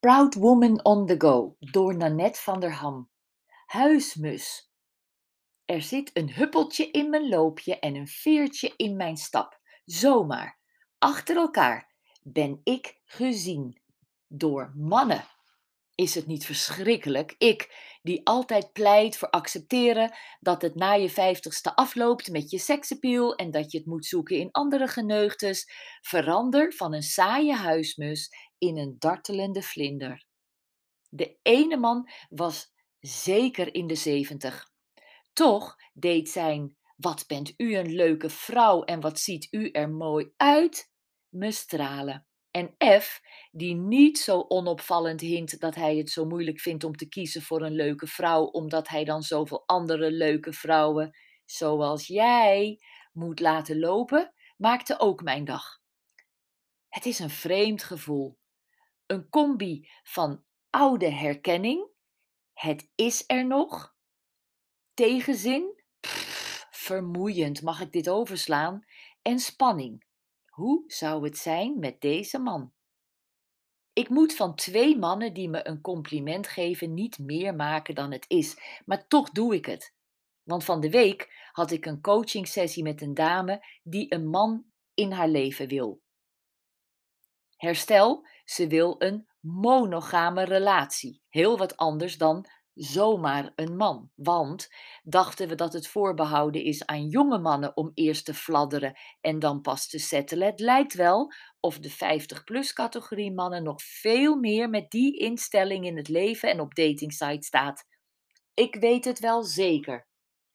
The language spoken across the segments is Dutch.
Proud Woman on the Go door Nanette van der Ham. Huismus. Er zit een huppeltje in mijn loopje en een veertje in mijn stap. Zomaar, achter elkaar, ben ik gezien. Door mannen. Is het niet verschrikkelijk? Ik, die altijd pleit voor accepteren dat het na je 50ste afloopt met je seksappeal en dat je het moet zoeken in andere geneugtes, verander van een saaie huismus in een dartelende vlinder. De ene man was zeker in de 70. Toch deed zijn "wat bent u een leuke vrouw en wat ziet u er mooi uit" me stralen. En F, die niet zo onopvallend hint dat hij het zo moeilijk vindt om te kiezen voor een leuke vrouw, omdat hij dan zoveel andere leuke vrouwen, zoals jij, moet laten lopen, maakte ook mijn dag. Het is een vreemd gevoel. Een combi van oude herkenning, het is er nog, tegenzin, vermoeiend, mag ik dit overslaan, en spanning. Hoe zou het zijn met deze man? Ik moet van twee mannen die me een compliment geven niet meer maken dan het is, maar toch doe ik het. Want van de week had ik een coachingsessie met een dame die een man in haar leven wil. Herstel, ze wil een monogame relatie. Heel wat anders dan zomaar een man. Want dachten we dat het voorbehouden is aan jonge mannen om eerst te fladderen en dan pas te settelen. Het lijkt wel of de 50-plus categorie mannen nog veel meer met die instelling in het leven en op datingsites staat. Ik weet het wel zeker.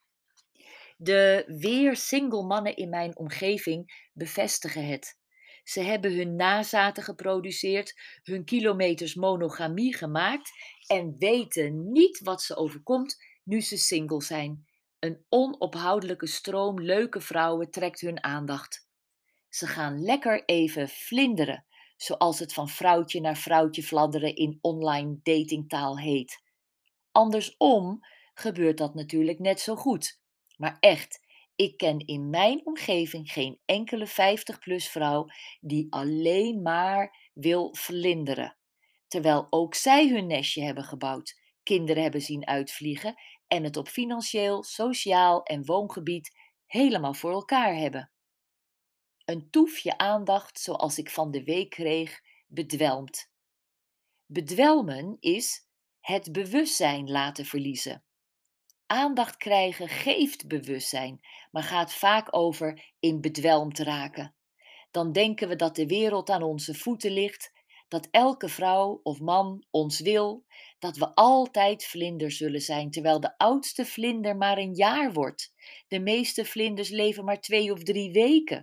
De weer single mannen in mijn omgeving bevestigen het. Ze hebben hun nazaten geproduceerd, hun kilometers monogamie gemaakt en weten niet wat ze overkomt nu ze single zijn. Een onophoudelijke stroom leuke vrouwen trekt hun aandacht. Ze gaan lekker even vlinderen, zoals het van vrouwtje naar vrouwtje fladderen in online datingtaal heet. Andersom gebeurt dat natuurlijk net zo goed. Maar echt, ik ken in mijn omgeving geen enkele 50-plus vrouw die alleen maar wil vlinderen. Terwijl ook zij hun nestje hebben gebouwd, kinderen hebben zien uitvliegen en het op financieel, sociaal en woongebied helemaal voor elkaar hebben. Een toefje aandacht zoals ik van de week kreeg, bedwelmt. Bedwelmen is het bewustzijn laten verliezen. Aandacht krijgen geeft bewustzijn, maar gaat vaak over in bedwelmd raken. Dan denken we dat de wereld aan onze voeten ligt, dat elke vrouw of man ons wil, dat we altijd vlinder zullen zijn, terwijl de oudste vlinder maar een jaar wordt. De meeste vlinders leven maar 2 of 3 weken.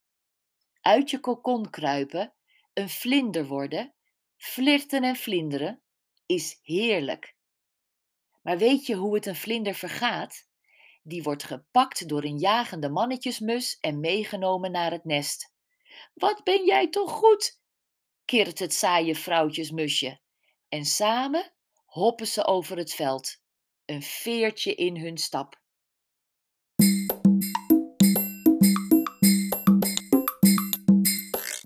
Uit je kokon kruipen, een vlinder worden, flirten en vlinderen, is heerlijk. Maar weet je hoe het een vlinder vergaat? Die wordt gepakt door een jagende mannetjesmus en meegenomen naar het nest. Wat ben jij toch goed, kirrt het saaie vrouwtjesmusje. En samen hoppen ze over het veld, een veertje in hun stap.